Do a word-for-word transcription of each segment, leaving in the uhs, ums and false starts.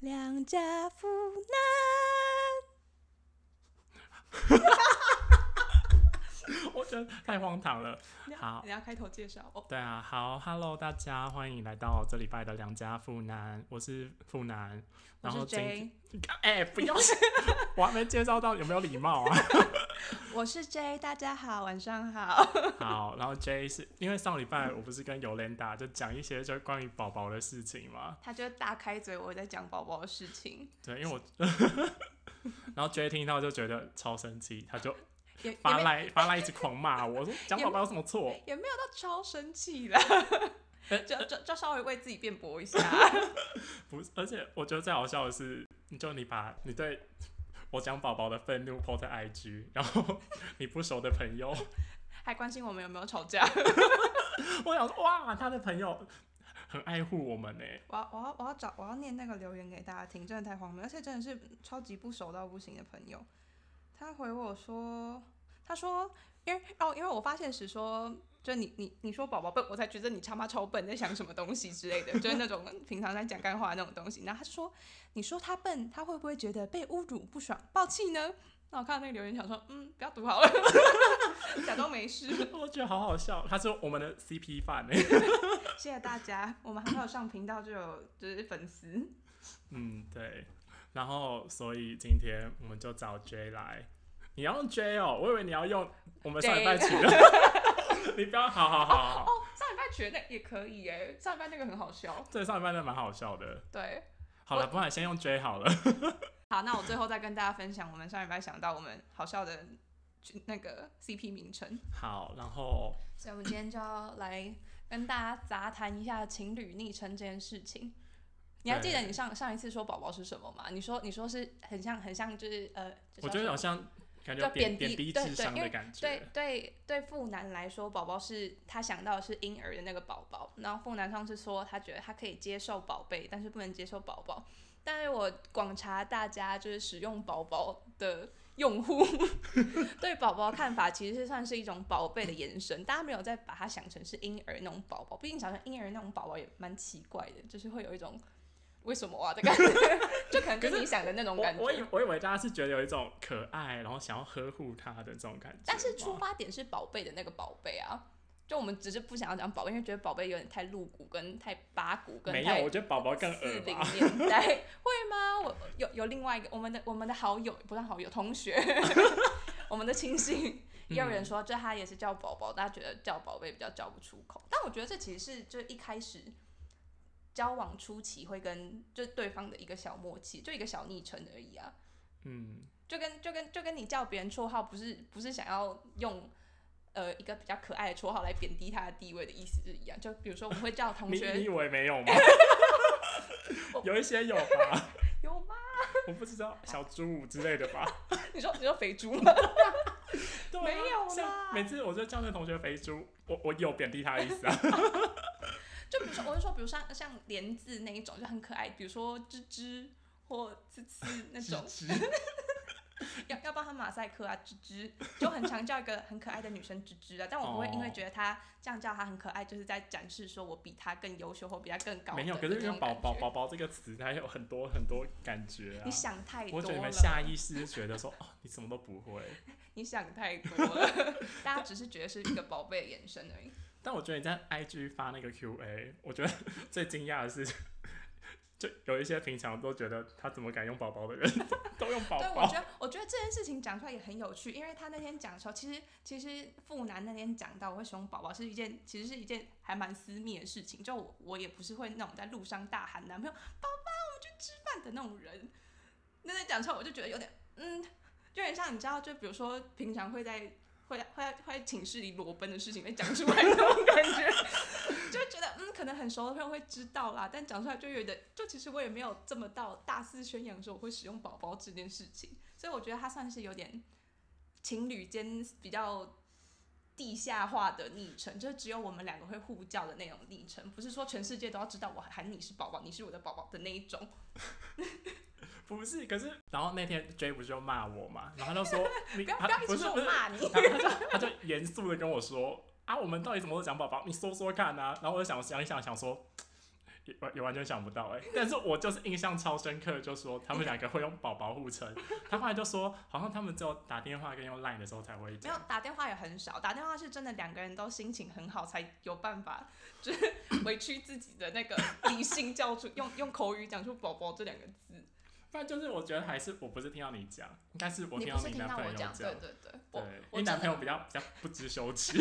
良家妇男。 我觉得太荒唐了。好， 你要开头介绍哦。 对啊，好 ，Hello， 大家欢迎来到这礼拜的良家妇男，我是妇男，然后我是 J， 哎、欸，不要，我还没介绍到，有没有礼貌啊？ 我是 J， 大家好，晚上好。 好，然后 J 是因为上礼拜我不是跟尤莲达就讲一些就关于宝宝的事情嘛， 他就大开嘴，我在讲宝宝的事情。 对，因为我，然后 J 听到就觉得超生气，他就也发赖发赖一直狂骂我，说讲宝宝有什么错？ 也没有到超生气啦，就就就稍微为自己辩驳一下。 不是，而且我觉得最好笑的是，就你把你对我讲宝宝的愤怒 po 在 I G， 然后你不熟的朋友还关心我们有没有吵架。 我想说，哇，他的朋友很爱护我们呢。 我要我要我要找我要念那个留言给大家听，真的太荒谬，而且真的是超级不熟到不行的朋友。他回我说，他说，因为哦，因为我发现时说，就你你你说宝宝笨，我才觉得你他妈超笨，在想什么东西之类的，就是那种平常在讲干话的那种东西。然后他就说，你说他笨，他会不会觉得被侮辱不爽、爆气呢？那我看到那个留言，想说，嗯，不要读好了，假装没事。 我觉得好好笑，他是我们的 C P 饭哎。 谢谢大家，我们还没有上频道就有就是粉丝。 嗯，对。然后，所以今天我们就找 J 来。你要用 J 哦，我以为你要用我们上礼拜取的。你不要，好好好好。 哦，上礼拜取的那也可以耶，上礼拜那个很好笑。 对，上礼拜那蛮好笑的。 对。 好了，不然先用 J 好了。 好，那我最后再跟大家分享我们上礼拜想到我们好笑的那个 C P 名称。 好，然后， 所以我们今天就要来跟大家杂谈一下情侣昵称这件事情。你还记得你上上一次说宝宝是什么吗？你说你说是很像很像就是呃， 我觉得好像感觉贬贬低智商的感觉。 对对对，妇男来说，宝宝是他想到的是婴儿的那个宝宝，然后妇男上次说他觉得他可以接受宝贝，但是不能接受宝宝。但是我广查大家就是使用宝宝的用户对宝宝看法其实是算是一种宝贝的延伸，大家没有再把它想成是婴儿那种宝宝，毕竟想成婴儿那种宝宝也蛮奇怪的，就是会有一种为什么啊的感觉，就可能跟你想的那种感觉。 我, 我, 以我以为大家是觉得有一种可爱，然后想要呵护他的这种感觉。 但是出发点是宝贝的那个宝贝啊，就我们只是不想要讲宝贝，因为觉得宝贝有点太露骨跟太八股跟太没有，我觉得宝宝更恶吧。 四零年代会吗？我有有另外一个我们的我们的好友不算好友同学，我们的亲信也有人说，就他也是叫宝宝，大家觉得叫宝贝比较叫不出口。但我觉得这其实是就一开始交往初期会跟就对方的一个小默契，就一个小昵称而已啊。嗯，就跟就跟就跟你叫别人绰号，不是不是想要用呃一个比较可爱的绰号来贬低他的地位的意思是一样。就比如说我们会叫同学， 你, 你以为没有吗？有一些有吧？ 有吗？ 我不知道，小猪五之类的吧？ 你说你说肥猪吗？ 对啊， 没有啦。 每次我就叫那同学肥猪，我我有贬低他的意思啊。 就比如说，我就说，比如像像莲子那一种就很可爱，比如说芝芝或呲呲那种， 芝芝要要帮他马赛克啊，芝芝就很常叫一个很可爱的女生芝芝啊，但我不会因为觉得她这样叫她很可爱，就是在展示说我比她更优秀或比她更高。 没有，可是因为宝宝宝宝这个词，它有很多很多感觉啊。 你想太多了。 我觉得你们下意识觉得说，哦，你什么都不会。 你想太多了，大家只是觉得是一个宝贝的延伸而已。 但我觉得你在 I G 发那个 Q A， 我觉得最惊讶的是，就有一些平常都觉得他怎么敢用宝宝的人，都用宝宝。 对，我觉得我觉得这件事情讲出来也很有趣，因为他那天讲的时候，其实其实妇男那天讲到我会使用宝宝是一件，其实是一件还蛮私密的事情。就 我, 我也不是会那种在路上大喊男朋友宝宝我们去吃饭的那种人。那天讲出来我就觉得有点嗯，就有点像你知道，就比如说平常会在。会会会寝室里裸奔的事情被讲出来那种感觉，就会觉得嗯，可能很熟的朋友会知道啦，但讲出来就有点，就其实我也没有这么到大肆宣扬说我会使用宝宝这件事情，所以我觉得它算是有点情侣间比较地下化的昵称，就是只有我们两个会互叫的那种昵称，不是说全世界都要知道我喊你是宝宝，你是我的宝宝的那一种。 不是，可是然后那天 J 不是就骂我嘛，然后他就说你不要不要一直说我骂你， 他就他就严肃的跟我说啊，我们到底怎么都讲宝宝，你说说看啊。然后我就想想一想想说， 也也完全想不到哎、欸，但是我就是印象超深刻，就说他们两个会用宝宝互称，他后来就说好像他们只有打电话跟用 Line 的时候才会没有讲， 打电话也很少，打电话是真的两个人都心情很好才有办法，就是委屈自己的那个理性叫出用用口语讲出宝宝这两个字。 不然就是我觉得还是我不是听到你讲，应该是我你听到你不是听到男朋友讲， 我对对对，我对，因我为男朋友真比较比较不知羞耻。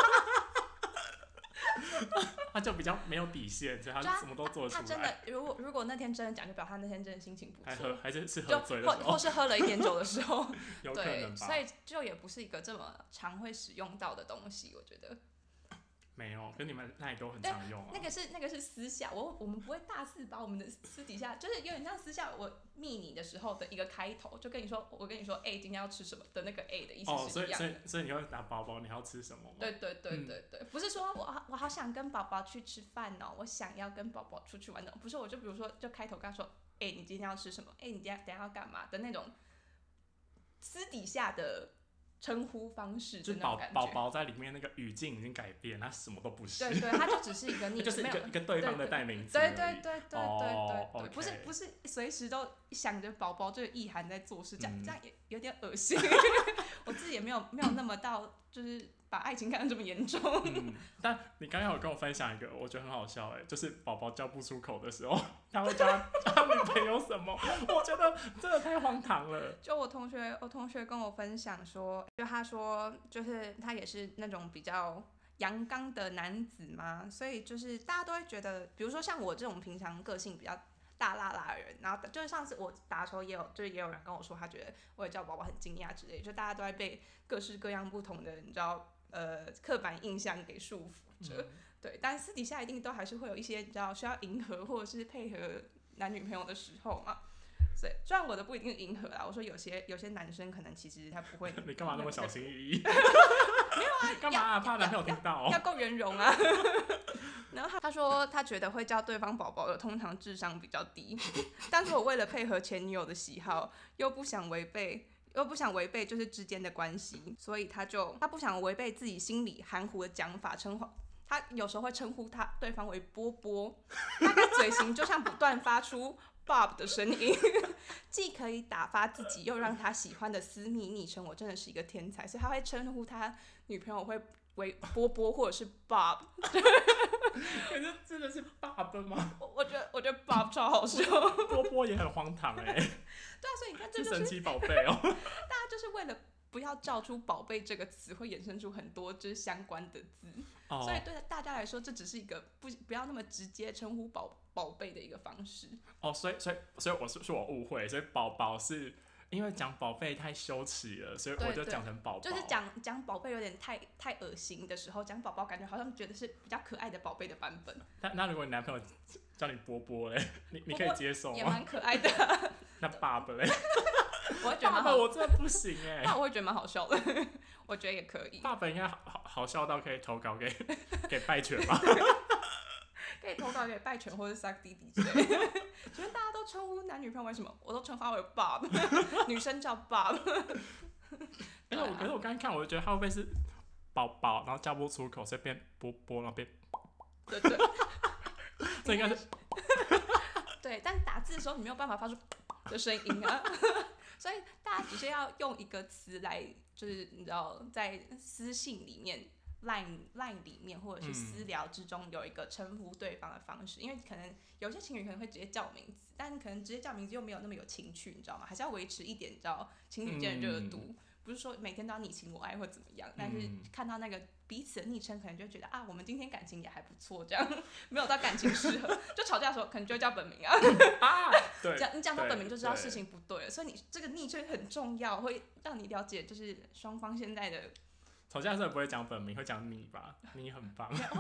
他就比较没有底线，所以他就他什么都做得出来。 他真的，如果如果那天真的讲，就表示他那天真的心情不还错， 喝还是是就喝醉的时候， 或或是喝了一点酒的时候， 有可对， 能吧？ 所以就也不是一个这么常会使用到的东西，我觉得。 没有，跟你们那里都很常用啊。 那个是那个是私下，我我们不会大肆把我们的私底下，就是有点像私下我密你的时候的一个开头，就跟你说，我跟你说，哎、欸，今天要吃什么的那个 A 的意思哦，所以是一样的。 所以所以你会打宝宝，你要吃什么吗？ 对对对对对，嗯、不是说我好我好想跟宝宝去吃饭哦，我想要跟宝宝出去玩的，不是，我就比如说就开头跟他说，哎、欸，你今天要吃什么？哎、欸，你今天等一下要干嘛的那种私底下的。称呼方式就宝宝宝在里面那个语境已经改变，他什么都不是。 对对，他就只是一个昵称， 就是一个一个对方的代名词。 对对对对对对哦、 对， okay 不是不是随时都想着宝宝这个意涵在做事，这样、嗯、这样也有点恶心。我自己也没有没有那么到，就是把爱情看得这么严重。 嗯，但你刚刚有跟我分享一个，我觉得很好笑哎、欸，就是宝宝叫不出口的时候，他会叫他叫女朋友什么？我觉得真的太荒唐了。 就我同学，我同学跟我分享说，就他说，就是他也是那种比较阳刚的男子嘛，所以就是大家都会觉得，比如说像我这种平常个性比较大辣辣的人，然后就是上次我打的时候也有，就是也有人跟我说，他觉得我也叫宝宝很惊讶之类的，就大家都在被各式各样不同的，你知道。呃，刻板印象给束缚着、嗯，对，但私底下一定都还是会有一些你知道需要迎合或者是配合男女朋友的时候嘛。所以虽然我的不一定是迎合啦，我说有些有些男生可能其实他不会。 你干嘛那么小心翼翼？ 没有啊， 干嘛、啊、怕男朋友听到、哦？ 要够圆融啊。然后他说他觉得会叫对方宝宝的通常智商比较低，但是我为了配合前女友的喜好，又不想违背。又不想违背就是之间的关系，所以他就他不想违背自己心里含糊的讲法，称呼他有时候会称呼他对方为波波，他的嘴型就像不断发出 Bob 的声音，既可以打发自己，又让他喜欢的私密昵称。我真的是一个天才，所以他会称呼他女朋友会为波波或者是 Bob。 可是真的是 Bob 吗？ 我我觉得我觉得 Bob 超好笑， 波波也很荒唐哎、欸。 对啊，所以你看这就是神奇宝贝哦。 大家就是为了不要叫出宝贝这个词，会衍生出很多就是相关的字，哦、所以对大家来说，这只是一个不不要那么直接称呼宝宝贝的一个方式。 哦，所以所以所以我是是我误会，所以宝宝是因为讲宝贝太羞耻了，所以我就讲成宝宝。 就是讲讲宝贝有点太太恶心的时候，讲宝宝感觉好像觉得是比较可爱的宝贝的版本。 那那如果你男朋友叫你波波嘞，你你可以接受吗？ 也蛮可爱的。 那爸爸嘞？ 我会觉得蛮好， 我真的不行哎、欸。 那我会觉得蛮好笑的，我觉得也可以。 爸爸应该好好好笑到可以投稿给给拜犬吧？ 可以投稿给拜犬或者 Suck 弟弟之类的。觉得大家都称呼男女朋友为什么？我都称他为 Bob， 女生叫 Bob。 可是我可是我刚刚看，我就觉得他会不会是宝宝，然后叫不出口，所以变波波，然后变。 对对。 这应该是。 对，但打字的时候你没有办法发出的声音啊，所以大家只是要用一个词来，就是你知道，在私信里面、line line 里面或者是私聊之中有一个称呼对方的方式，嗯、因为可能有些情侣可能会直接叫名字，但可能直接叫名字又没有那么有情趣，你知道吗？还是要维持一点，你知道情侣间的热度。嗯，不是说每天都要你情我爱或怎么样，但是看到那个彼此的昵称，可能就觉得啊，我们今天感情也还不错，这样没有到感情适合，就吵架的时候可能就会叫本名啊。 啊，对， 你讲到本名就知道事情不对了，所以你这个昵称很重要，会让你了解就是双方现在的。 吵架的时候不会讲本名，会讲你吧？你很棒。这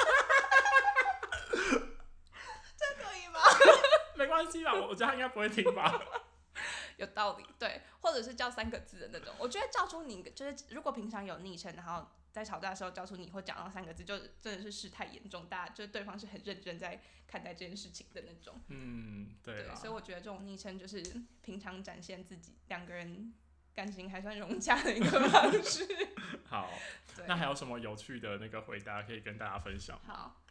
可以吗？ 没关系吧，我我觉得他应该不会听吧。 有道理，对，或者是叫三个字的那种，我觉得叫出你，就是如果平常有昵称，然后在吵架的时候叫出你或讲到三个字，就真的是事态严重，大家就是对方是很认真在看待这件事情的那种。 嗯，对啊。 对，所以我觉得这种昵称就是平常展现自己两个人感情还算融洽的一个方式。 好，那还有什么有趣的那个回答可以跟大家分享？ 好。我还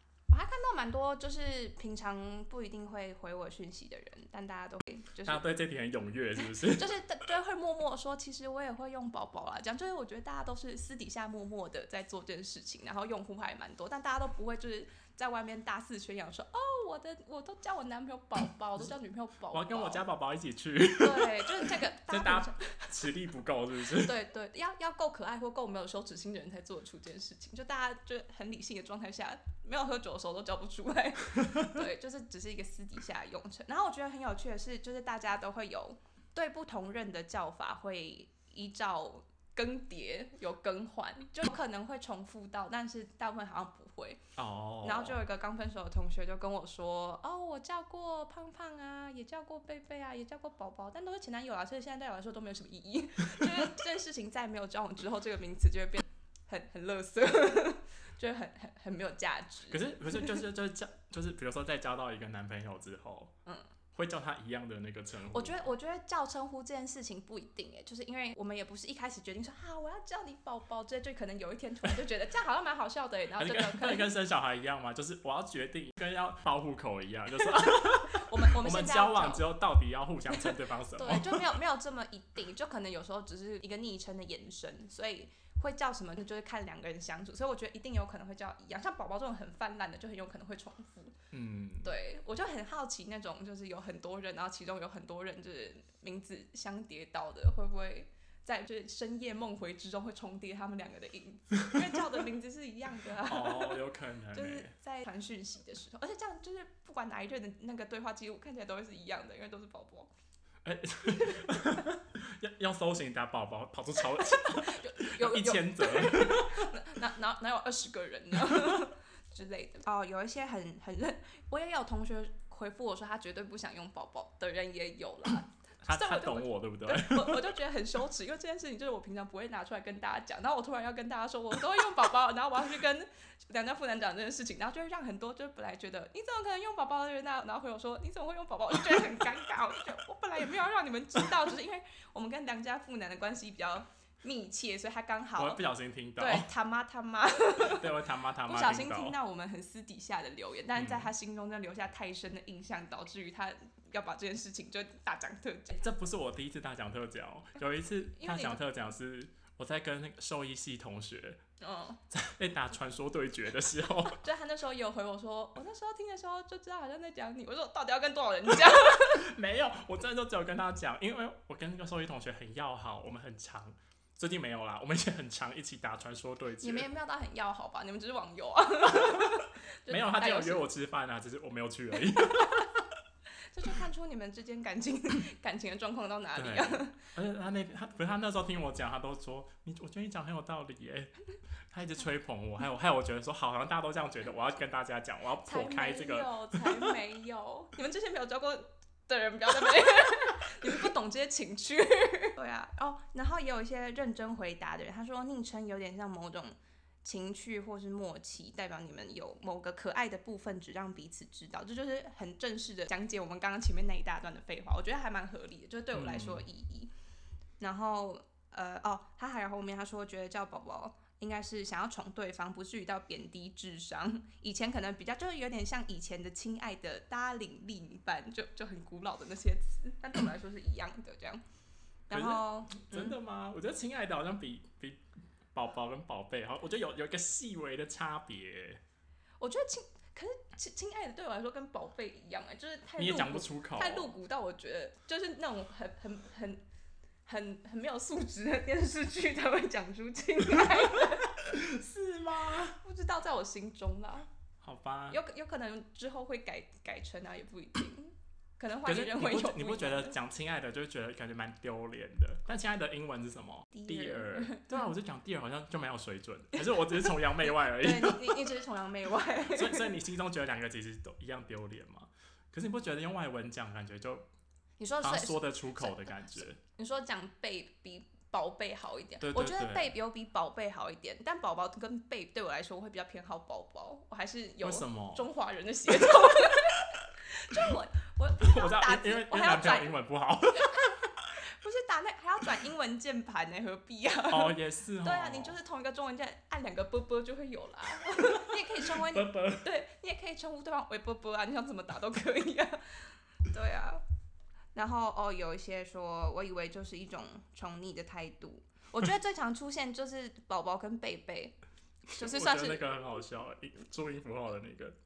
还看到蛮多就是平常不一定会回我讯息的人，但大家都会就是大家对这题很踊跃，是不是？ 就是就会默默说，其实我也会用宝宝啦。这样就是我觉得大家都是私底下默默的在做这件事情，然后用户还蛮多，但大家都不会就是在外面大肆宣扬说，哦，我的我都叫我男朋友宝宝，我都叫女朋友宝宝， 我要跟我家宝宝一起去。 对，就是这个这大家实力不够，是不是？ 对对，要要够可爱或够没有羞耻心的人才做得出这件事情。就大家就很理性的状态下，没有喝酒的时候都叫不出来。对，就是只是一个私底下的用程。然后我觉得很有趣的是，就是大家都会有对不同人的叫法会依照更迭有更换，就可能会重复到，但是大部分好像不会。 哦。 然后就有一个刚分手的同学就跟我说，哦，我叫过胖胖啊，也叫过贝贝啊，也叫过宝宝，但都是前男友啊，所以现在对我来说都没有什么意义。就是这件事情在没有交往之后，这个名词就会变很很垃圾，就是很很很没有价值。 可是可是就是就是交就是比如说在交到一个男朋友之后，嗯。会叫他一样的那个称呼？ 我觉得，我觉得叫称呼这件事情不一定哎，就是因为我们也不是一开始决定说啊，我要叫你宝宝，这就可能有一天突然就觉得这样好像蛮好笑的，然后这个可能跟生小孩一样嘛，就是我要决定跟要报户口一样，就是我们我们我们交往之后到底要互相称对方什么？ 对，就没有没有这么一定，就可能有时候只是一个昵称的延伸，所以。会叫什么就是看两个人相处，所以我觉得一定有可能会叫一样，像宝宝这种很泛滥的就很有可能会重复。嗯，对，我就很好奇那种就是有很多人，然后其中有很多人就是名字相叠到的，会不会在就是深夜梦回之中会重叠他们两个的影子，因为叫的名字是一样的啊。 哦，有可能、欸。 就是在传讯息的时候，而且这样就是不管哪一任的那个对话记录看起来都会是一样的，因为都是宝宝。 哎、欸，要要搜寻打宝宝，跑出超有有一千则， 哪哪哪有二十个人呢之类的？哦，有一些很很认，我也有同学回复我说他绝对不想用宝宝的人也有啦。 他他懂我对不对？ 对我我就觉得很羞耻，因为这件事情就是我平常不会拿出来跟大家讲，然后我突然要跟大家说我都会用宝宝，然后我要去跟良家妇男讲这件事情，然后就会让很多就本来觉得你怎么可能用宝宝的人啊，然后回我说你怎么会用宝宝，我就觉得很尴尬，我就觉得我本来也没有让你们知道，只是因为我们跟良家妇男的关系比较密切，所以他刚好我不小心听到， 对他妈他妈， 对我他妈他妈不小心听到我们很私底下的留言，但是在他心中真的留下太深的印象，导致于他要把这件事情就大讲特讲。 这不是我第一次大讲特讲、哦，有一次大讲特讲是我在跟那个兽医系同学，嗯，在打传说对决的时候， 就他那时候也有回我说，我那时候听的时候就知道好像在讲你，我说到底要跟多少人讲？ 没有，我真的就只有跟他讲，因为我跟那个兽医同学很要好，我们很常。最近没有啦，我们以前很常一起打传说对决。 你们也没有到很要好吧？你们只是网友啊。 没有，他就有约我吃饭啊，只是我没有去而已。 这就看出你们之间感情感情的状况到哪里啊？ 而且他那他不是他那时候听我讲，他都说你，我觉得你讲很有道理耶。他一直吹捧我，还有还有我觉得说，好，好像大家都这样觉得，我要跟大家讲，我要破开这个。 才没有，才没有，你们之前没有交过的人不要在那边，你们不懂这些情趣。对啊，哦，然后也有一些认真回答的人，他说昵称有点像某种情趣或是默契，代表你们有某个可爱的部分，只让彼此知道。这就是很正式的讲解我们刚刚前面那一大段的废话，我觉得还蛮合理的，就是对我来说的意义。嗯、然后呃哦，他还有后面他说觉得叫宝宝。应该是想要宠对方，不至于到贬低智商。以前可能比较就是有点像以前的亲爱的搭领另一半，就就很古老的那些词，但对我来说是一样的这样。然后真的吗？嗯、我觉得亲爱的好像比比宝宝跟宝贝，好，我觉得有有一个细微的差别。 我觉得亲，可是亲爱的对我来说跟宝贝一样哎、欸，就是太你也讲不出口， 太露骨到我觉得就是那种很很很。很很没有素质的电视剧才会讲出亲爱的， 是吗？ 不知道，在我心中啦。 好吧， 有有可能之后会改改成啊，也不一定。可能换一人会有不一样的。 你不觉得讲亲爱的就觉得感觉蛮丢脸的？但亲爱的英文是什么 ？Dear。对啊，我就讲 Dear 好像就蛮有水准，可是我只是崇洋媚外而已。 对，你你你只是崇洋媚外。 所以所以你心中觉得两个其实都一样丢脸吗？可是你不觉得用外文讲感觉就？ 你说他说得出口的感觉。 你说讲贝比宝贝好一点， 对对对， 我觉得贝有比宝贝好一点，但宝宝跟贝对我来说，我会比较偏好宝宝，我还是有中华人的血统。就我我我知道，因为因为男朋友英文不好。 不是打那还要转英文键盘呢，何必啊？ 哦，也是哦。 对啊，你就是同一个中文键按两个波波就会有啦。你也可以称为啵啵， 对，你也可以称呼对方为波波啊，你想怎么打都可以啊。对啊，然后哦，有一些说，我以为就是一种宠溺的态度。我觉得最常出现就是宝宝跟贝贝，就是算是我觉得那个很好笑，注音符号的那个。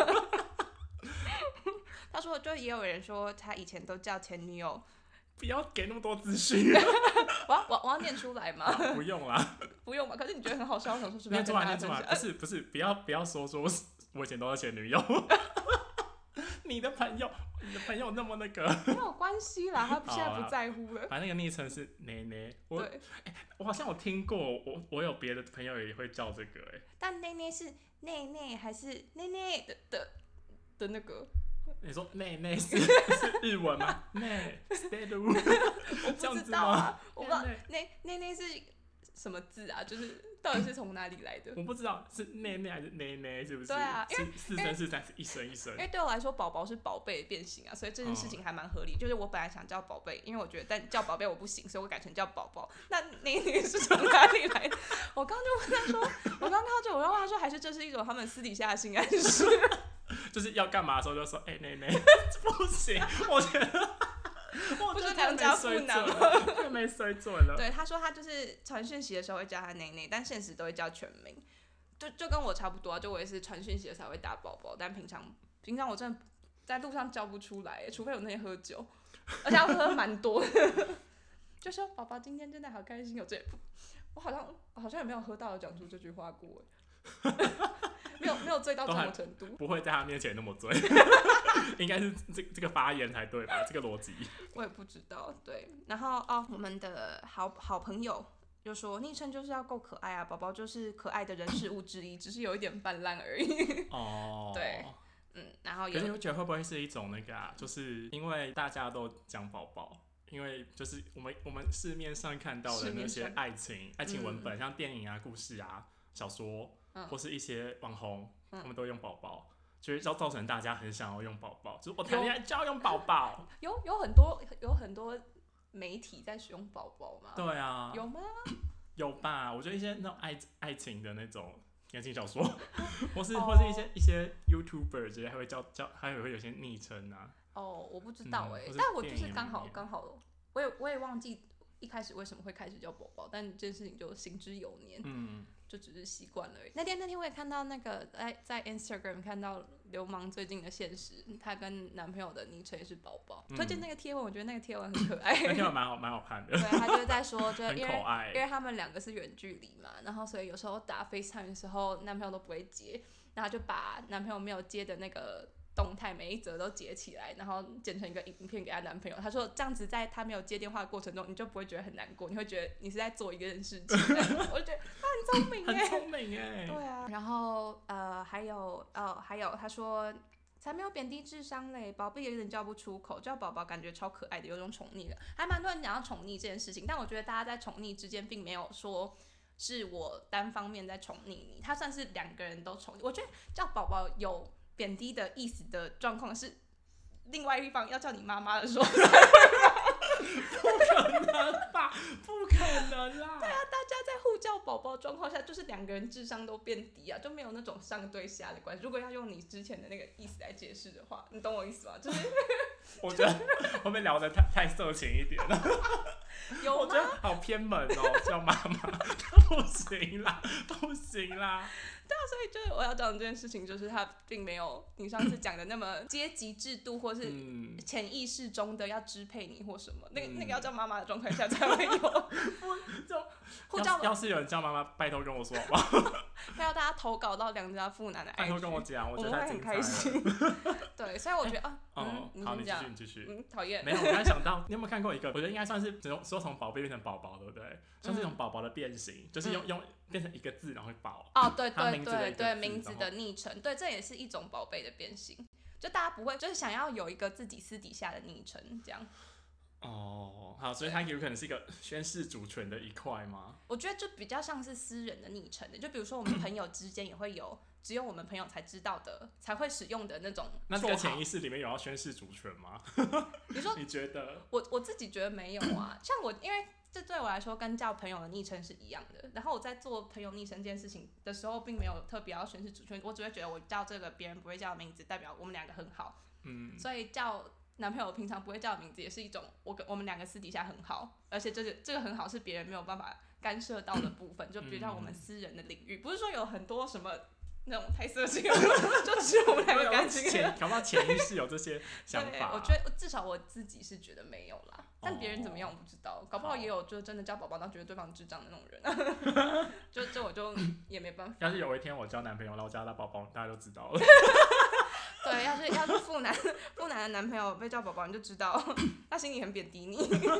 他说，就也有人说他以前都叫前女友。 不要给那么多资讯。 我要我我要念出来吗？ 不用啦， 不用吧。可是你觉得很好笑，我想说是不是要念出来， 跟大家分念出来，不享？ 是不是，不要不要说说我以前都是前女友。你的朋友，你的朋友那么那个， 没有关系啦，他现在不在乎了。 反正那个昵称是奶奶，我、 对， 欸、我好像有听过，我我有别的朋友也会叫这个、欸，哎， 但内内是内内还是内内的的的那个？ 你说内内是是日文吗？内 stay 的，我不知道啊，我不知道内内内是什么字啊？就是到底是从哪里来的？ 我不知道是内内还是内内，是不是？ 对啊，因为四声四声是一声一声。 因为对我来说，宝宝是宝贝的变形啊，所以这件事情还蛮合理。嗯、就是我本来想叫宝贝，因为我觉得但叫宝贝我不行，所以我改成叫宝宝。那内内是从哪里来的？我刚就问他说，我刚看到这，我要问他说，还是这是一种他们私底下的性暗示？ 就是要干嘛的时候就说，哎、欸，内内不行，我觉得。 不是良家妇男吗？ 太没水准了。 对，他说他就是传讯息的时候会叫他内内，但现实都会叫全名，就就跟我差不多啊。就我也是传讯息的才会打宝宝，但平常平常我真的在路上叫不出来，除非我那天喝酒，而且我喝蛮多的。就说宝宝今天真的好开心，有这我好像我好像也没有喝到讲出这句话过。没有没有醉到这种程度， 不会在他面前那么醉，应该是这这个发言才对吧？这个逻辑， 我也不知道。对，然后哦，我们的好好朋友就说，昵称就是要够可爱啊，宝宝就是可爱的人事物之一，只是有一点泛滥而已。哦，对，嗯，然后有， 可是你会觉得会不会是一种那个啊？就是因为大家都讲宝宝。因为就是我们我们市面上看到的那些爱情爱情文本，嗯、像电影啊、故事啊、小说，嗯、或是一些网红，嗯、他们都用宝宝，所以造成大家很想要用宝宝，就是我谈恋爱就要用宝宝。 有有很多有很多媒体在使用宝宝吗？ 对啊， 有吗？ 有吧？我觉得一些那种爱爱情的那种言情小说，或是、oh. 或是一些一些 YouTuber 之类，还会叫叫，还有会有些昵称啊。 哦、oh, ，我不知道哎、欸嗯，但我就是刚好刚好，我也我也忘记一开始为什么会开始叫宝宝，但这件事情就行之有年，嗯，就只是习惯了而已。那天那天我也看到那个在在 Instagram 看到流氓最近的现实，她跟男朋友的昵称也是宝宝，推荐那个贴文，我觉得那个贴文很可爱，那贴文蛮好蛮好看的。 对，他就是在说，就因为因为他们两个是远距离嘛，然后所以有时候打 FaceTime 的时候，男朋友都不会接，然后就把男朋友没有接的那个动态每一则都截起来，然后剪成一个影片给她男朋友。她说这样子，在她没有接电话的过程中，你就不会觉得很难过，你会觉得你是在做一件事情。我就觉得她很聪明哎， 很聪明哎。 对啊，然后呃还有呃还有，她说才没有贬低智商嘞，宝贝有点叫不出口，叫宝宝感觉超可爱的，有种宠溺的。还蛮多人讲到宠溺这件事情，但我觉得大家在宠溺之间并没有说是我单方面在宠溺你，他算是两个人都宠溺。我觉得叫宝宝有贬低的意思的状况是，另外一方要叫你妈妈的时候， 不可能吧？不可能啦！ 对啊，大家在互叫宝宝状况下，就是两个人智商都变低啊，就没有那种上对下的关系。如果要用你之前的那个意思来解释的话，你懂我意思吗？就是我觉得会不会聊得太太色情一点了？ 有吗？ 我觉得好偏门哦，叫妈妈不行啦，不行啦。 对啊，所以就是我要讲这件事情，就是他并没有你上次讲的那么阶级制度，或是潜意识中的要支配你或什么。嗯、那个那个要叫妈妈的状态下才会有。 就呼叫要是有人叫妈妈，拜托跟我说好不好？ 还要大家投稿到良家妇男的 I G， 拜托跟我讲，我觉得我们会很开心。对，所以我觉得、欸、啊，嗯， 嗯好，你继续，你继续。 嗯，讨厌。 没有，我刚才想到，你有没有看过一个？我觉得应该算是说从宝贝变成宝宝，对不对？像是一种宝宝的变形，嗯、就是用用变成一个字，然后会宝。 哦，对对对对，名字的昵称，对，这也是一种宝贝的变形。就大家不会，就是想要有一个自己私底下的昵称，这样。 哦，好，所以它有可能是一个宣示主权的一块吗？ 我觉得就比较像是私人的昵称的，就比如说我们朋友之间也会有只有我们朋友才知道的，才会使用的那种绰号。 那这个潜意识里面有要宣示主权吗？ 你说你觉得？ 我我自己觉得没有啊，像我因为。这对我来说跟叫朋友的昵称是一样的。然后我在做朋友昵称这件事情的时候，并没有特别要宣示主权，我只会觉得我叫这个别人不会叫的名字，代表我们两个很好。嗯，所以叫男朋友平常不会叫的名字，也是一种我跟我们两个私底下很好，而且这个这个很好是别人没有办法干涉到的部分，就比较我们私人的领域，不是说有很多什么。那种太色情了，就只有我们两个感情。 搞不好潜意识有这些想法、啊。 对，我觉得至少我自己是觉得没有啦，但别人怎么样我不知道，搞不好也有就真的叫宝宝，然后觉得对方智障的那种人，就这我就也没办法。 要是有一天我交男朋友，然后我叫他宝宝，大家都知道了。 对，要是要是妇男妇男的男朋友被叫宝宝，你就知道他心里很贬低你。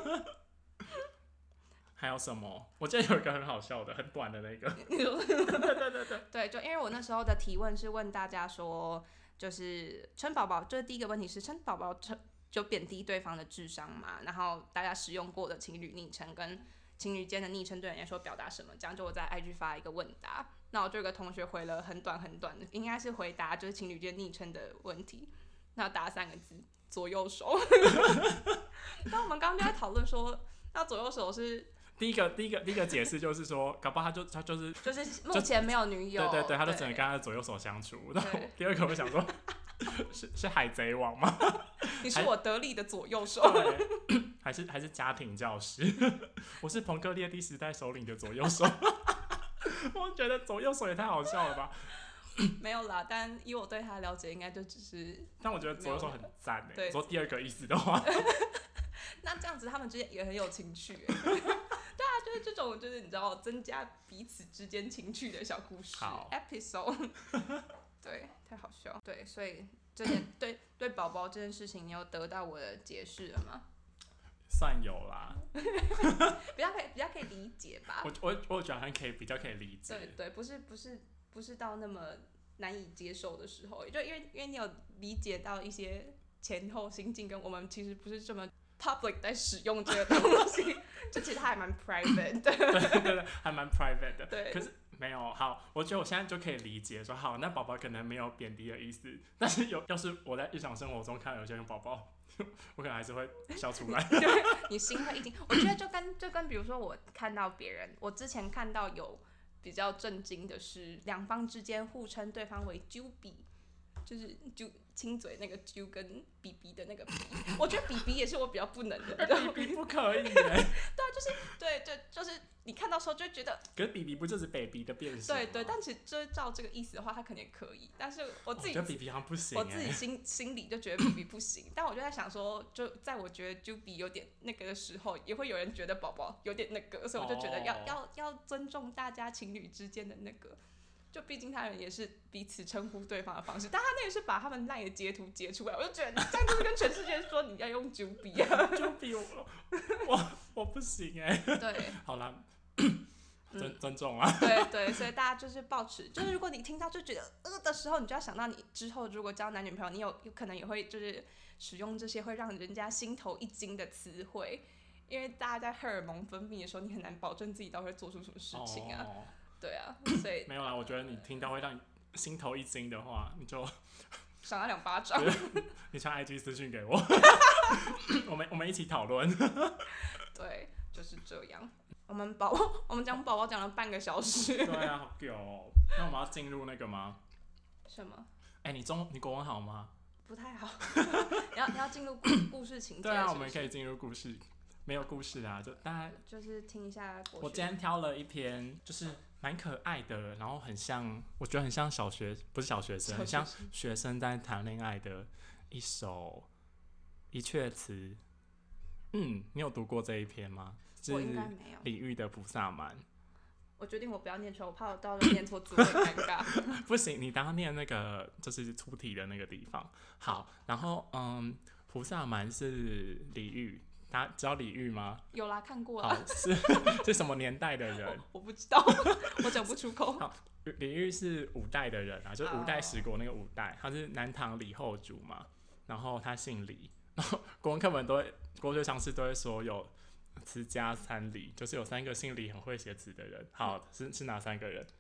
还有什么？我记得有一个很好笑的，很短的那个。 对对对对。对，就因为我那时候的提问是问大家说，就是称宝宝，就是第一个问题是称宝宝就贬低对方的智商嘛？然后大家使用过的情侣昵称跟情侣间的昵称对人来说表达什么？这样就我在 I G 发一个问答，那我就有个同学回了很短很短的，应该是回答就是情侣间昵称的问题，那答三个字：左右手。但我们刚刚就在讨论说，那左右手是。 第一个，第一个，第一个解释就是说，搞不好他就他就是就是目前没有女友， 对对对，他就只能跟他的左右手相处。然后第二个，我想说，是是海贼王吗？ 你是我得力的左右手， 还是还是家庭教师？我是彭克列第时代首领的左右手。我觉得左右手也太好笑了吧？ 没有啦，但以我对他的了解，应该就只是。 但我觉得左右手很赞诶。说第二个意思的话， 那这样子他们之间也很有情趣诶。对啊，就是这种，就是你知道，增加彼此之间情趣的小故事 episode。对，太好笑。对，所以这件对对宝宝这件事情，你有得到我的解释了吗？ 算有啦。 比较可以，比较可以理解吧。 我我我觉得还可以，比较可以理解。 对对，不是不是不是到那么难以接受的时候，就因为因为你有理解到一些前后心境，跟我们其实不是这么。public 在使用这个东西，就其实它还蛮 private 的。 对对对，还蛮 private 的。 对。 可是没有好，我觉得我现在就可以理解说，好，那宝宝可能没有贬低的意思，但是有要是我在日常生活中看到有些人宝宝，我可能还是会笑出来。 对，你心会一惊。我觉得就跟就跟比如说我看到别人，我之前看到有比较震惊的是，两方之间互称对方为啾比，就是啾。亲嘴那个啾跟比比的那个比，我觉得比比也是我比较不能的。 比比不可以耶。 对啊，就是对对，就是你看到时候就觉得。 可是比比不就是 baby 的变形？ 对对，但其实就是照这个意思的话，他肯定可以。但是我自己觉得比比好像不行。 我自己心心里就觉得比比不行，但我就在想说，就在我觉得啾比有点那个的时候，也会有人觉得宝宝有点那个，所以我就觉得要、哦、要要尊重大家情侣之间的那个。就毕竟他们也是彼此称呼对方的方式，但他那个是把他们赖的截图截出来，我就觉得你这样就是跟全世界说你要用啾比啊， 啾比我我我不行哎、欸。 对， 好啦，尊尊重啊。 对对，所以大家就是抱持，就是如果你听到就觉得呃的时候，你就要想到你之后如果交男女朋友，你有有可能也会就是使用这些会让人家心头一惊的词汇，因为大家在荷尔蒙分泌的时候，你很难保证自己到底会做出什么事情啊。哦对啊，所以没有啦。我觉得你听到会让你心头一惊的话，你就赏他两巴掌。 你传 I G 私讯给我，我们我们一起讨论。 对，就是这样。我们宝我们讲宝宝讲了半个小时。 对啊，好久哦。那我们要进入那个吗？ 什么？ 哎、欸，你中你国文好吗？ 不太好。你要你要进入故事情节。 对啊，我们可以进入故事。没有故事啊，就大家就是听一下国学。 我今天挑了一篇，就是蛮可爱的，然后很像，我觉得很像小学，不是小学生，很像学生在谈恋爱的一首一阙词。嗯，你有读过这一篇吗？ 我应该没有。 李煜的《菩萨蛮》。 我决定我不要念出来，我怕我到时候念错字会尴尬。 不行，你当念那个就是出题的那个地方。好，然后嗯，《菩萨蛮》是李煜。他知道李煜吗？ 有啦，看过啦。 是是什么年代的人？ 我, 我不知道，我讲不出口。 好，李煜是五代的人啊，就是五代十国那个五代，他是南唐李后主嘛，然后他姓李，然后国文课本都会，国学常识都会说有词家三李，就是有三个姓李很会写词的人。好，是是哪三个人？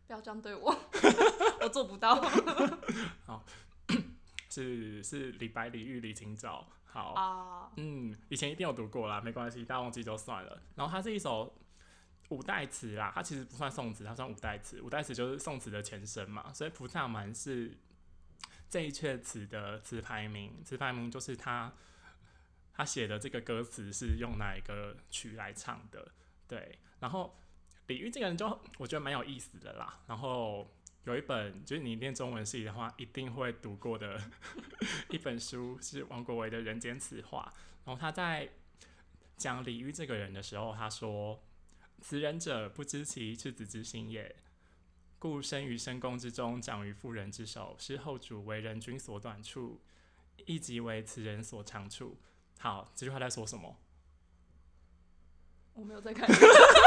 不要这样对我，我做不到。 好，是是李白、李煜、李清照。好， 啊， 嗯，以前一定有读过啦，没关系，大家忘记就算了。然后它是一首五代词啦，它其实不算宋词，它算五代词。五代词就是宋词的前身嘛，所以菩萨蛮是这一阙词的词牌名，词牌名就是他他写的这个歌词是用哪一个曲来唱的，对。然后李煜这个人就我觉得蛮有意思的啦。然后有一本就是你念中文系的话一定会读过的一本书是王国维的《人间词话》，然后他在讲李煜这个人的时候，他说：“此人者，不知其赤子之心也。故生于深宫之中，长于妇人之手，是后主为人君所短处，亦即为此人所长处。”好，这句话在说什么？ 我没有在看。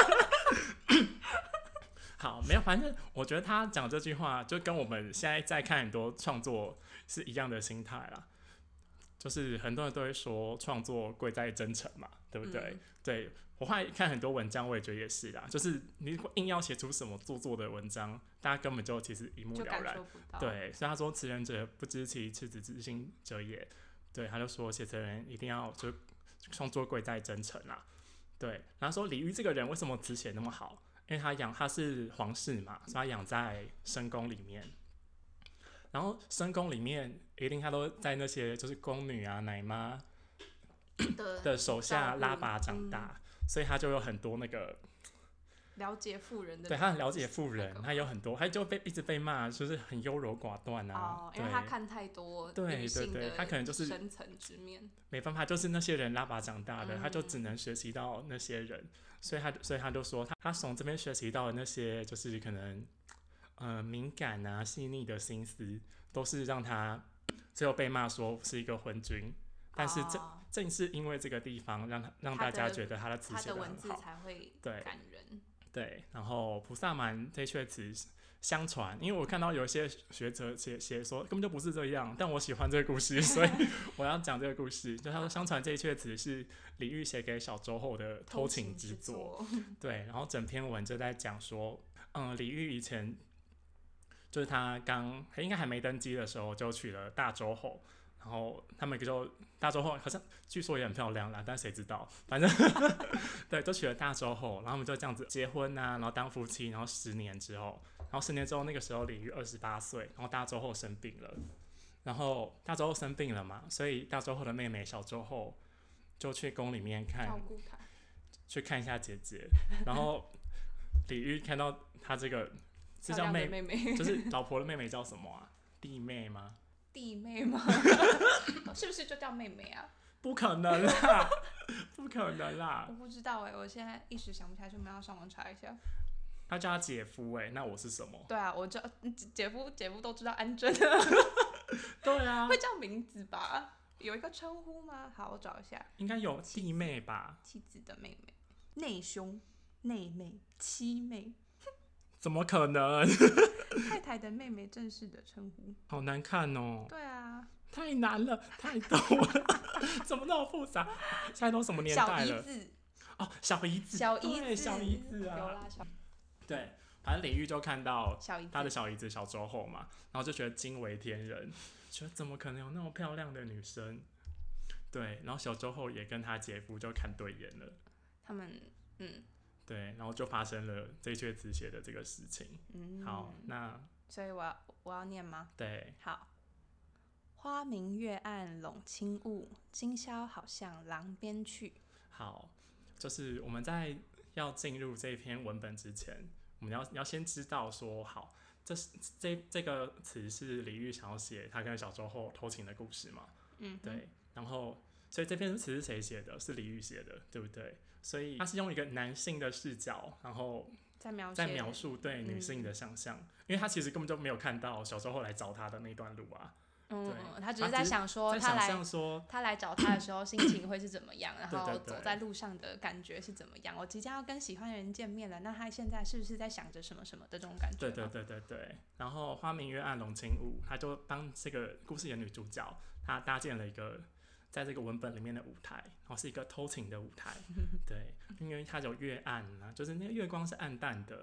好，没有，反正我觉得他讲这句话就跟我们现在在看很多创作是一样的心态啦。就是很多人都会说创作贵在真诚嘛，对不对？嗯、对，我后来看很多文章，我也觉得也是啦。就是你硬要写出什么做作的文章，大家根本就其实一目了然。对，所以他说：“词人者，不知其赤子之心者也。”对，他就说写词人一定要就创作贵在真诚啦。对，然后说李煜这个人为什么词写那么好？因为他养他是皇室嘛，所以他养在深宫里面。然后深宫里面一定他都在那些就是宫女啊、奶妈的手下拉拔长大，嗯、所以他就有很多那个了解妇人的。 对，他很了解妇人，他有很多，他就被一直被骂，就是很优柔寡断啊。 哦，因为他看太多女性的他可能就是深层之面， 没办法，就是那些人拉拔长大的， 嗯、 他就只能学习到那些人。所以他，所以他就说他，他从这边学习到的那些，就是可能，呃，敏感啊、细腻的心思，都是让他最后被骂说是一个昏君。但是正、哦、正是因为这个地方，让他让大家觉得他的词写得很好， 他的文字才会感人。 对，对，然后菩萨蛮这阙词相传，因为我看到有一些学者写写说根本就不是这样，但我喜欢这个故事，所以我要讲这个故事。就他说，相传这一阙词是李煜写给小周后的偷情之作，对。然后整篇文就在讲说，嗯，李煜以前就是他刚应该还没登基的时候，就娶了大周后，然后他们就大周后好像据说也很漂亮啦，但谁知道，反正对，就娶了大周后，然后他们就这样子结婚啊，然后当夫妻，然后十年之后。然后十年之后，那个时候李煜二十八岁，然后大周后生病了，然后大周后生病了嘛，所以大周后的妹妹小周后就去宫里面看， 照顾她， 去看一下姐姐。然后李煜看到她这个是叫妹妹妹， 就是老婆的妹妹叫什么啊？弟妹吗？ 弟妹吗？是不是就叫妹妹啊？ 不可能啦，不可能啦！ 我不知道哎、欸，我现在一时想不起来，就没有上网查一下。 他叫他姐夫哎、欸，那我是什么？ 对啊，我叫姐夫，姐夫都知道安贞。 对啊， 会叫名字吧？有一个称呼吗？好，我找一下。 应该有弟妹吧？ 妻子的妹妹，内兄、内妹、妻妹。 怎么可能？ 太太的妹妹正式的称呼， 好难看哦。 对啊， 太难了，太多了，怎么那么复杂？现在都什么年代了？ 小姨子哦，小姨子， 小姨子， 小姨子啊， 有啦，小。 对，反正李煜就看到小姨子他的小姨子小周后嘛，然后就觉得惊为天人，觉得怎么可能有那么漂亮的女生？对，然后小周后也跟他姐夫就看对眼了， 他们嗯， 对，然后就发生了这一阙词写的这个事情。嗯，好，那所以我要我要念吗？ 对， 好。花明月暗笼轻雾，今宵好向廊边去。 好，就是我们在要进入这篇文本之前，我们要要先知道说，好，这这这个词是李煜想要写他跟小周后偷情的故事嘛？嗯，对。然后，所以这篇词是谁写的？是李煜写的，对不对？所以他是用一个男性的视角，然后在描在描述对女性的想象、嗯，因为他其实根本就没有看到小周后来找他的那段路啊。 嗯，他只是在想说他来说他来找他的时候心情会是怎么样，然后走在路上的感觉是怎么样。我即将要跟喜欢的人见面了，那他现在是不是在想着什么什么的这种感觉？ 对对对对对。然后花明月暗笼轻雾，他就帮这个故事的女主角，她搭建了一个在这个文本里面的舞台，然后是一个偷情的舞台。对，因为它有月暗啊，就是那个月光是暗淡的。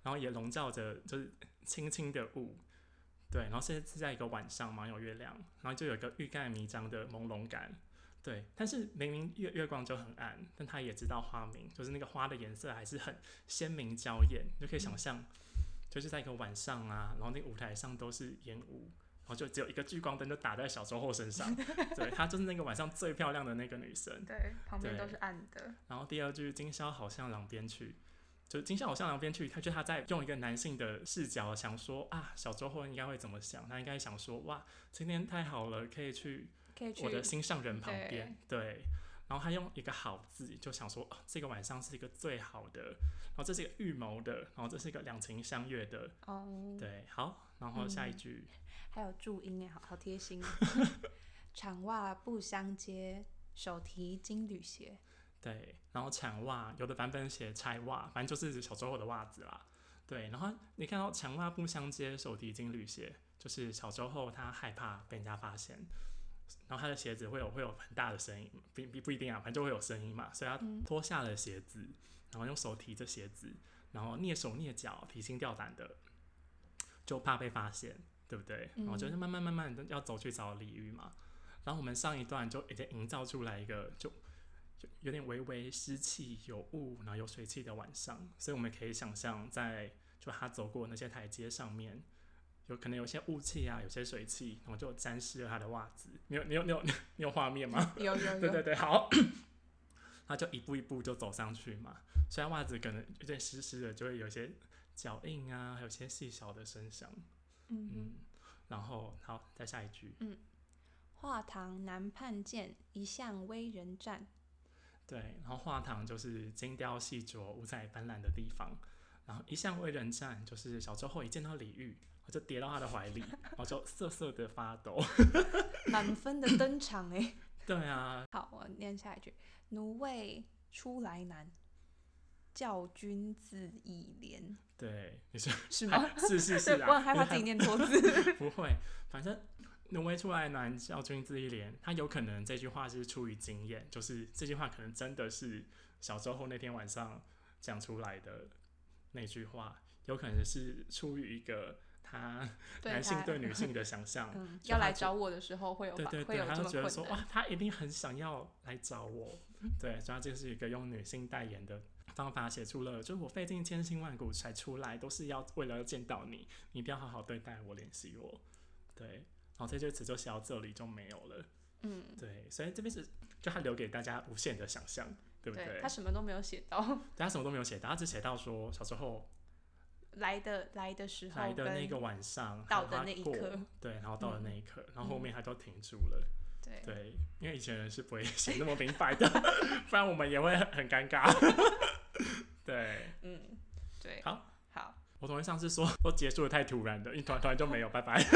然后也笼罩着就是轻轻的雾。对，然后是在一个晚上嘛，有月亮，然后就有一个欲盖弥彰的朦胧感。对，但是明明月月光就很暗，但他也知道花明，就是那个花的颜色还是很鲜明娇艳，就可以想象，就是在一个晚上啊，然后那个舞台上都是烟雾，然后就只有一个聚光灯就打在小周后身上，对，她就是那个晚上最漂亮的那个女生。 对，旁边都是暗的。 然后第二句，今宵好向郎边去。就今宵好向郎边去，他就他在用一个男性的视角想说啊，小周后应该会怎么想？他应该想说哇，今天太好了，可以去我的心上人旁边，对。然后他用一个好字，就想说、哦、这个晚上是一个最好的，然后这是一个预谋的，然后这是一个两情相悦的，哦，对，好，然后下一句、嗯、 还有注音哎，好好贴心。长袜不相接，手提金缕鞋。 对，然后长袜有的版本写拆袜，反正就是小周后的袜子啦。对，然后你看到长袜不相接，手提金缕鞋，就是小周后他害怕被人家发现，然后他的鞋子会有会有很大的声音，不不一定啊，反正就会有声音嘛，所以他脱下了鞋子，然后用手提着鞋子，然后蹑手蹑脚、提心吊胆的，就怕被发现，对不对？然后就是慢慢慢慢的要走去找李煜嘛。然后我们上一段就已经营造出来一个就。就有点微微湿气、有雾，然后有水汽的晚上，所以我们可以想象，在就他走过那些台阶上面，有可能有些雾气啊，有些水汽，然后就沾湿了他的袜子。你有你有你有你有画面吗？ 有有有。 对对对，好。他就一步一步就走上去嘛，虽然袜子可能有点湿湿的，就会有些脚印啊，还有些细小的声响。嗯, 嗯，然后好，再下一句。 嗯，画堂南畔见，一向微人站。 对，然后画堂就是精雕细琢、五彩斑斓的地方，然后一向为人站，就是小周后一见到李煜，我就跌到他的怀里，然后就瑟瑟的发抖。 满分的登场哎。 对啊。 好，我念下一句：奴谓出来难，教君自忆怜。 对，你说是吗？ 是是是啊。 我很害怕自己念错字。 不会，反正。奴谓出来难，教君自忆怜。他有可能这句话是出于经验，就是这句话可能真的是小周后那天晚上讲出来的那句话，有可能是出于一个他男性对女性的想象、 嗯。要来找我的时候会有， 对对对， 会有这么困难。 他就觉得说哇，他一定很想要来找我。对，所以这是一个用女性代言的方法写出了，就是我费尽千辛万苦才出来，都是要为了要见到你，你一定要好好对待我，联系我。对。然后这句词就写到这里就没有了。嗯，对，所以这边是就他留给大家无限的想象，对不对？ 对，他什么都没有写到。 对，他什么都没有写到，他只写到说小时候来的来的时候， 来的那个晚上， 到的那一刻， 对，然后到了那一刻，嗯、然后后面他都停住了。对, 对，因为以前人是不会写那么明白的，不然我们也会很尴尬。对， 嗯，对， 好， 好。 我同学上次说都结束的太突然的，一团团就没有，拜拜。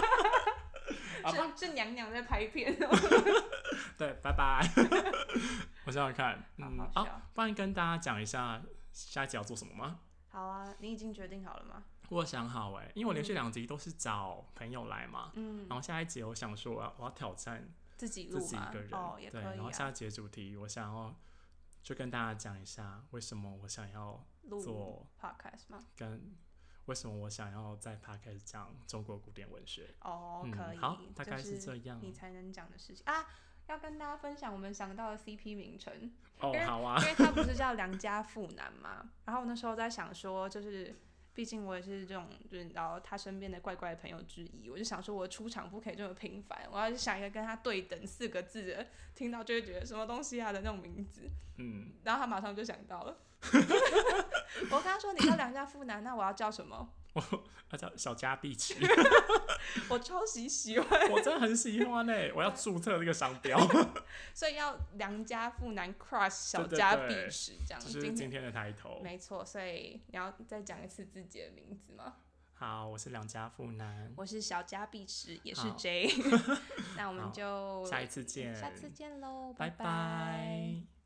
是, 是娘娘在拍片。 对，拜拜。我想想看， 嗯，好, 好，不然跟大家讲一下下一集要做什么吗？ 好啊，你已经决定好了吗？ 我想好哎，因为我连续两集都是找朋友来嘛，嗯，然后下一集我想说我 要, 我要挑战自己录自己一个人， 哦，也可以啊。 对，然后下一集的主题我想要就跟大家讲一下为什么我想要做 podcast 吗？ 跟为什么我想要在 podcast 讲中国古典文学？ 哦， 嗯、 可以， 好，大概是这样， 你才能讲的事情啊。要跟大家分享我们想到的 C P 名称哦，好啊， 因为它不是叫良家妇男嘛，然后我那时候在想说，就是毕竟我也是这种，就是你知道他身边的怪怪的朋友之一，我就想说我出场不可以这么频繁，我要想一个跟他对等四个字的，听到就会觉得什么东西啊的那种名字，嗯，然后他马上就想到了。我跟他说你叫良家妇男，那我要叫什么？ 我要叫小家碧池。 我超级喜欢， 我真的很喜欢哎、欸！我要注册这个商标。 所以要良家妇男 crush 小家碧池这样， 这就是今天的抬头。 没错，所以你要再讲一次自己的名字吗？ 好，我是良家妇男， 我是小家碧池，也是 J。那我们就下一次见， 下次见喽， 拜拜。